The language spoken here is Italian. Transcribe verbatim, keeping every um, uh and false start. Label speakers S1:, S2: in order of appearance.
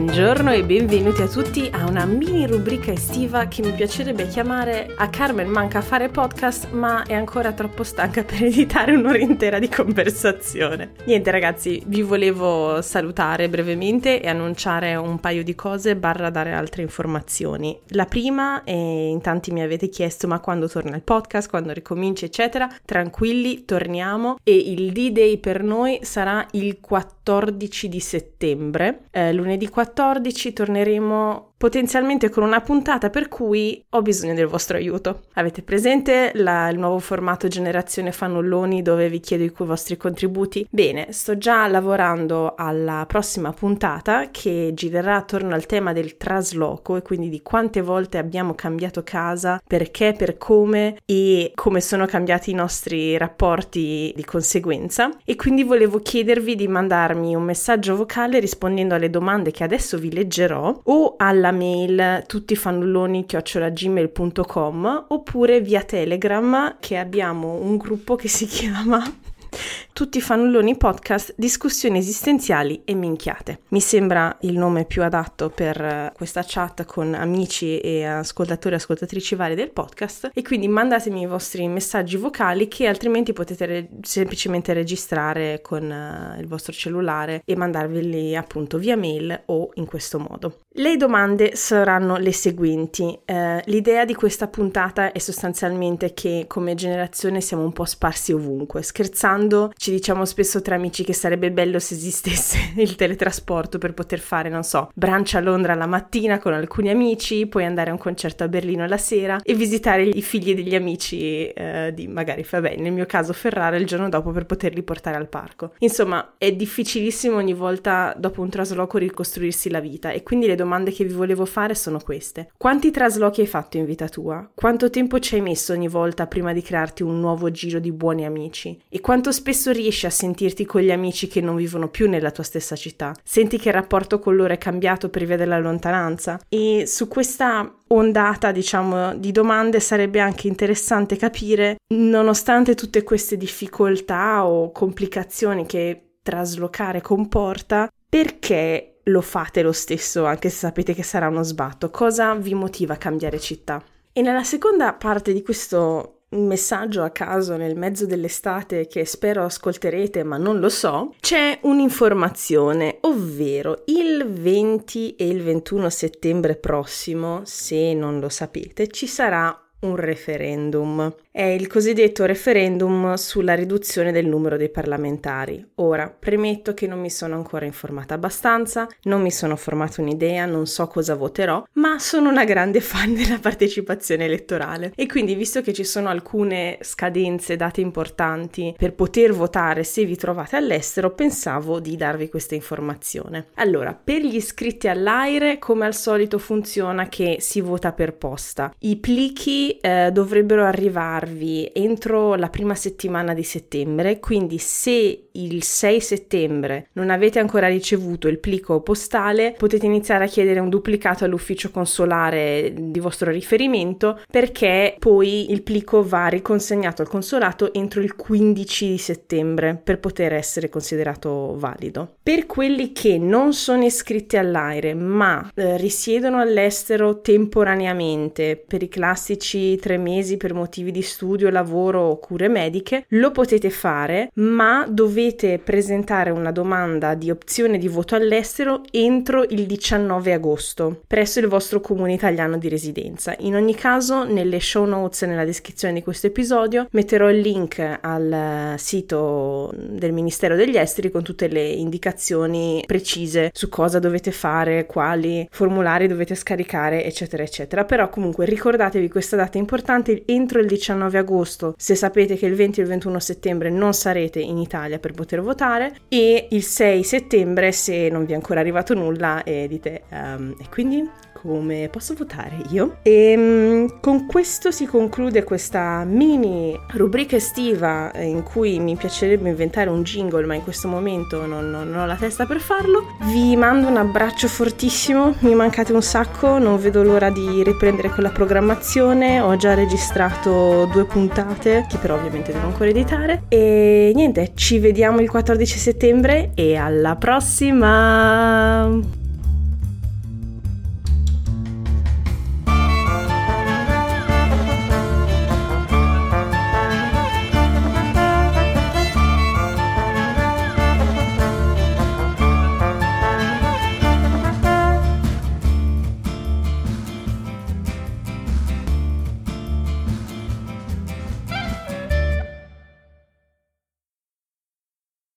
S1: Buongiorno e benvenuti a tutti a una mini rubrica estiva che mi piacerebbe chiamare "A Carmen manca a fare podcast ma è ancora troppo stanca per editare un'ora intera di conversazione". Niente ragazzi, vi volevo salutare brevemente e annunciare un paio di cose barra dare altre informazioni. La prima, e in tanti mi avete chiesto ma quando torna il podcast, quando ricomincia eccetera, tranquilli, torniamo e il D-Day per noi sarà il quattordici di settembre, eh, lunedì quattordici torneremo potenzialmente con una puntata per cui ho bisogno del vostro aiuto. Avete presente la, il nuovo formato Generazione Fannulloni dove vi chiedo i vostri contributi? Bene, sto già lavorando alla prossima puntata che girerà attorno al tema del trasloco e quindi di quante volte abbiamo cambiato casa, perché, per come e come sono cambiati i nostri rapporti di conseguenza, e quindi volevo chiedervi di mandarmi un messaggio vocale rispondendo alle domande che adesso vi leggerò o alla mail tuttifannulloni chiocciola gmail punto com oppure via Telegram, che abbiamo un gruppo che si chiama Tutti Fannulloni Podcast, discussioni esistenziali e minchiate. Mi sembra il nome più adatto per questa chat con amici e ascoltatori e ascoltatrici vari del podcast, e quindi mandatemi i vostri messaggi vocali che altrimenti potete re- semplicemente registrare con uh, il vostro cellulare e mandarveli appunto via mail o in questo modo. Le domande saranno le seguenti. Uh, l'idea di questa puntata è sostanzialmente che come generazione siamo un po' sparsi ovunque. Scherzando ci diciamo spesso tra amici che sarebbe bello se esistesse il teletrasporto per poter fare, non so, brunch a Londra la mattina con alcuni amici, poi andare a un concerto a Berlino la sera e visitare i figli degli amici eh, di magari, vabbè, nel mio caso Ferrara il giorno dopo per poterli portare al parco. Insomma, è difficilissimo ogni volta dopo un trasloco ricostruirsi la vita, e quindi le domande che vi volevo fare sono queste. Quanti traslochi hai fatto in vita tua? Quanto tempo ci hai messo ogni volta prima di crearti un nuovo giro di buoni amici? E quanto spesso riesci a sentirti con gli amici che non vivono più nella tua stessa città? Senti che il rapporto con loro è cambiato per via della lontananza? E su questa ondata, diciamo, di domande sarebbe anche interessante capire, nonostante tutte queste difficoltà o complicazioni che traslocare comporta, perché lo fate lo stesso anche se sapete che sarà uno sbatto? Cosa vi motiva a cambiare città? E nella seconda parte di questo un messaggio a caso nel mezzo dell'estate che spero ascolterete ma non lo so, c'è un'informazione, ovvero il venti e il ventuno settembre prossimo, se non lo sapete, ci sarà un referendum. È il cosiddetto referendum sulla riduzione del numero dei parlamentari. Ora, premetto che non mi sono ancora informata abbastanza, non mi sono formata un'idea, non so cosa voterò, ma sono una grande fan della partecipazione elettorale e quindi, visto che ci sono alcune scadenze, date importanti per poter votare se vi trovate all'estero, pensavo di darvi questa informazione. Allora, per gli iscritti all'AIRE, come al solito funziona che si vota per posta. I plichi eh, dovrebbero arrivarvi entro la prima settimana di settembre, quindi se il sei settembre non avete ancora ricevuto il plico postale potete iniziare a chiedere un duplicato all'ufficio consolare di vostro riferimento, perché poi il plico va riconsegnato al consolato entro il quindici di settembre per poter essere considerato valido. Per quelli che non sono iscritti all'AIRE ma eh, risiedono all'estero temporaneamente per i classici tre mesi per motivi di studio, lavoro o cure mediche, lo potete fare, ma dovete presentare una domanda di opzione di voto all'estero entro il diciannove agosto presso il vostro comune italiano di residenza. In ogni caso, nelle show notes e nella descrizione di questo episodio metterò il link al sito del Ministero degli Esteri con tutte le indicazioni precise su cosa dovete fare, quali formulari dovete scaricare, eccetera eccetera. Però comunque ricordatevi questa data importante, entro il diciannove agosto, se sapete che il venti e il ventuno settembre non sarete in Italia per poter votare, e il sei settembre se non vi è ancora arrivato nulla e dite um, e quindi come posso votare io? E um, con questo si conclude questa mini rubrica estiva in cui mi piacerebbe inventare un jingle, ma in questo momento non, non ho la testa per farlo. Vi mando un abbraccio fortissimo, mi mancate un sacco, non vedo l'ora di riprendere con la programmazione. Ho già registrato due puntate che però ovviamente devo ancora editare, e niente, ci vediamo il quattordici settembre e alla prossima!